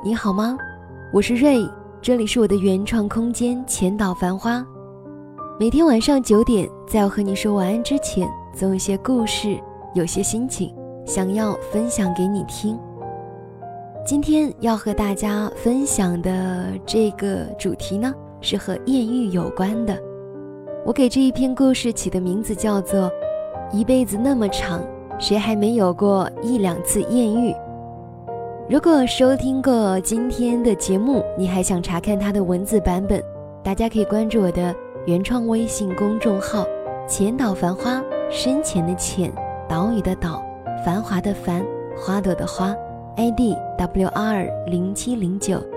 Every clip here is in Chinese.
你好吗？我是瑞，这里是我的原创空间浅岛繁花。每天晚上9点，在我和你说晚安之前，总有些故事，有些心情想要分享给你听。今天要和大家分享的这个主题呢，是和艳遇有关的。我给这一篇故事起的名字叫做一辈子那么长，谁还没有过1-2次艳遇。如果收听过今天的节目，你还想查看它的文字版本，大家可以关注我的原创微信公众号浅岛繁花，深浅的浅，岛屿的岛，繁华的繁，花朵的花， ID WR0709123。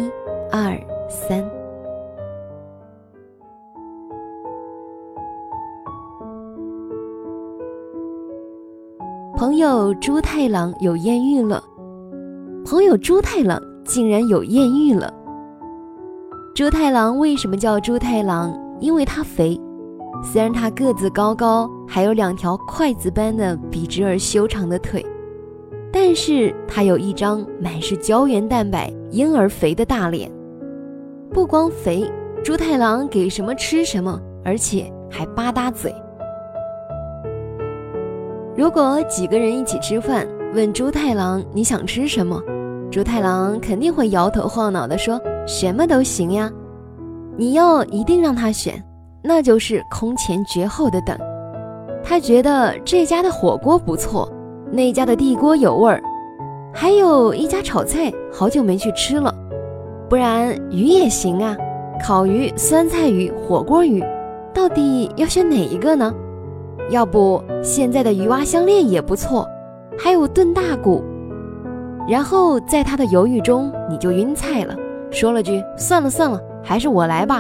朋友猪太郎有艳遇了，朋友猪太郎竟然有艳遇了。猪太郎为什么叫猪太郎？因为他肥，虽然他个子高高，还有2条筷子般的笔直而修长的腿，但是他有一张满是胶原蛋白婴儿肥的大脸。不光肥，猪太郎给什么吃什么，而且还8搭嘴。如果几个人一起吃饭，问猪太郎你想吃什么，猪太郎肯定会摇头晃脑地说什么都行呀。你要一定让他选，那就是空前绝后的等。他觉得这家的火锅不错，那家的地锅有味儿，还有一家炒菜好久没去吃了，不然鱼也行啊，烤鱼、酸菜鱼、火锅鱼，到底要选哪一个呢？要不现在的鱼蛙香链也不错，还有炖大骨。然后在他的犹豫中，你就晕菜了，说了句算了算了，还是我来吧。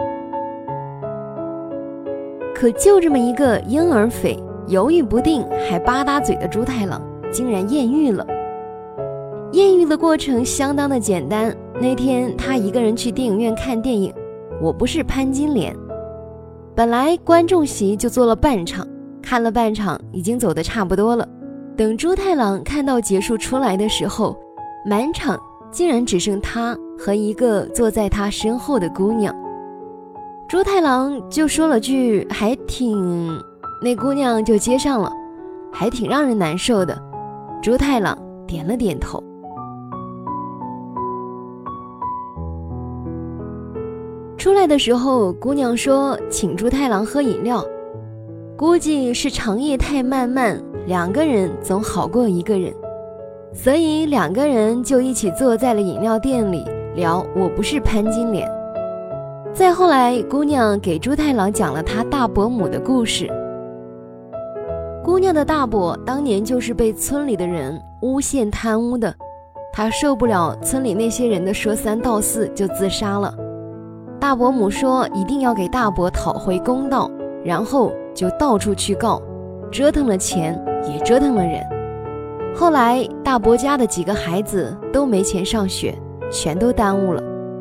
可就这么一个婴儿肥，犹豫不定，还8搭嘴的猪太郎，竟然艳遇了。艳遇的过程相当的简单。那天他一个人去电影院看电影《我不是潘金莲》，本来观众席就坐了半场，看了半场已经走得差不多了。等猪太郎看到结束出来的时候，满场竟然只剩他和一个坐在他身后的姑娘。猪太郎就说了句还挺，那姑娘就接上了，还挺让人难受的。猪太郎点了点头。出来的时候，姑娘说请猪太郎喝饮料，估计是长夜太漫漫，2个人总好过1个人，所以2个人就一起坐在了饮料店里聊我不是潘金莲。再后来，姑娘给猪太郎讲了她大伯母的故事。姑娘的大伯当年就是被村里的人诬陷贪污的，她受不了村里那些人的说三道四，就自杀了。大伯母说一定要给大伯讨回公道，然后就到处去告，折腾了钱也折腾了人。后来大伯家的几个孩子都没钱上学，全都耽误了。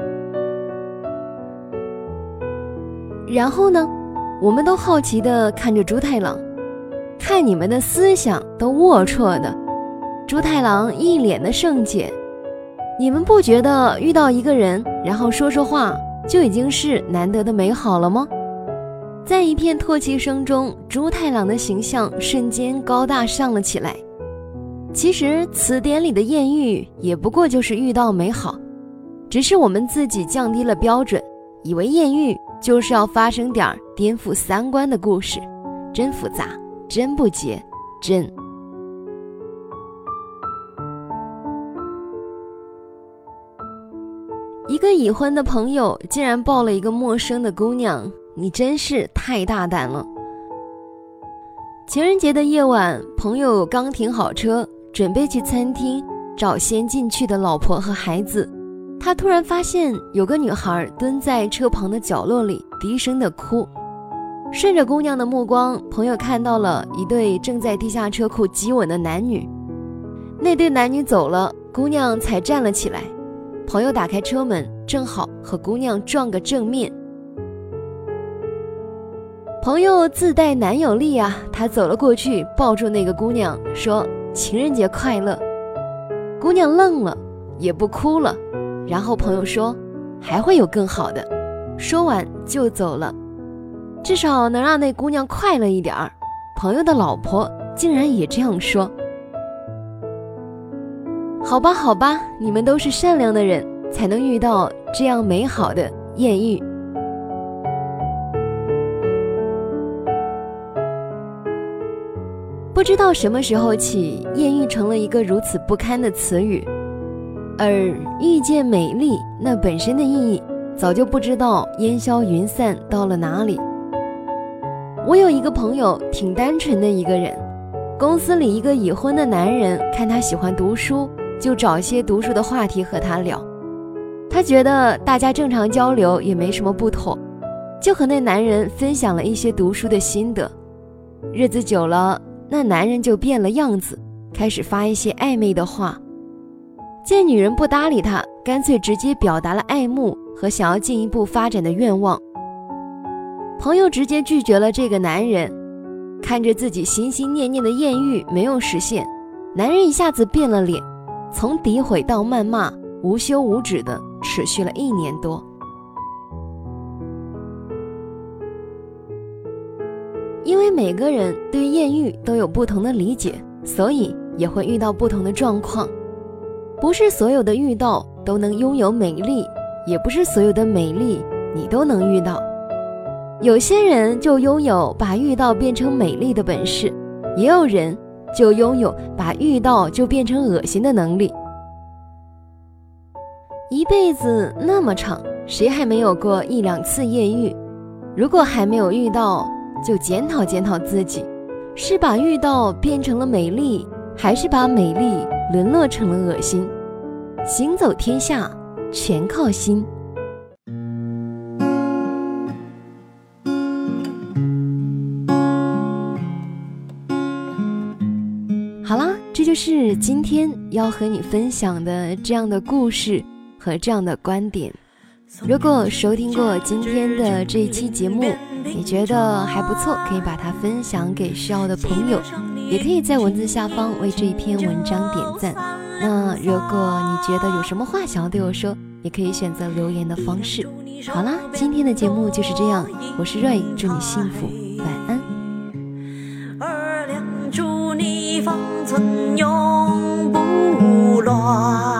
然后呢，我们都好奇地看着猪太郎，看你们的思想都龌龊的。猪太郎一脸的圣洁，你们不觉得遇到一个人然后说说话就已经是难得的美好了吗？在一片唾弃声中，猪太郎的形象瞬间高大上了起来。其实词典里的艳遇也不过就是遇到美好，只是我们自己降低了标准，以为艳遇就是要发生点颠覆3观的故事，真复杂，真不洁，真。一个已婚的朋友竟然抱了一个陌生的姑娘，你真是太大胆了。情人节的夜晚，朋友刚停好车，准备去餐厅找先进去的老婆和孩子，他突然发现有个女孩蹲在车旁的角落里低声的哭。顺着姑娘的目光，朋友看到了一对正在地下车库激吻的男女。那对男女走了，姑娘才站了起来。朋友打开车门，正好和姑娘撞个正面。朋友自带男友力啊，他走了过去，抱住那个姑娘，说情人节快乐。姑娘愣了， 也不哭了。然后朋友说还会有更好的，说完就走了。至少能让那姑娘快乐一点儿。朋友的老婆竟然也这样说。好吧好吧，你们都是善良的人，才能遇到这样美好的艳遇。不知道什么时候起，艳遇成了一个如此不堪的词语，而遇见美丽那本身的意义早就不知道烟消云散到了哪里。我有一个朋友挺单纯的一个人，公司里一个已婚的男人看他喜欢读书，就找些读书的话题和他聊。他觉得大家正常交流也没什么不妥，就和那男人分享了一些读书的心得。日子久了，那男人就变了样子，开始发一些暧昧的话。见女人不搭理他，干脆直接表达了爱慕和想要进一步发展的愿望。朋友直接拒绝了这个男人，看着自己心心念念的艳遇没有实现，男人一下子变了脸，从诋毁到谩骂，无休无止的持续了1年多。因为每个人对艳遇都有不同的理解，所以也会遇到不同的状况。不是所有的遇到都能拥有美丽，也不是所有的美丽你都能遇到。有些人就拥有把遇到变成美丽的本事，也有人就拥有把遇到就变成恶心的能力。一辈子那么长，谁还没有过1、2次艳遇？如果还没有遇到，就检讨检讨自己，是把遇到变成了美丽，还是把美丽沦落成了恶心？行走天下，全靠心。好啦，这就是今天要和你分享的这样的故事和这样的观点。如果收听过今天的这一期节目，你觉得还不错，可以把它分享给需要的朋友，也可以在文字下方为这一篇文章点赞。那如果你觉得有什么话想要对我说，也可以选择留言的方式。好啦，今天的节目就是这样，我是瑞，祝你幸福，晚安。 祝你方寸永不乱。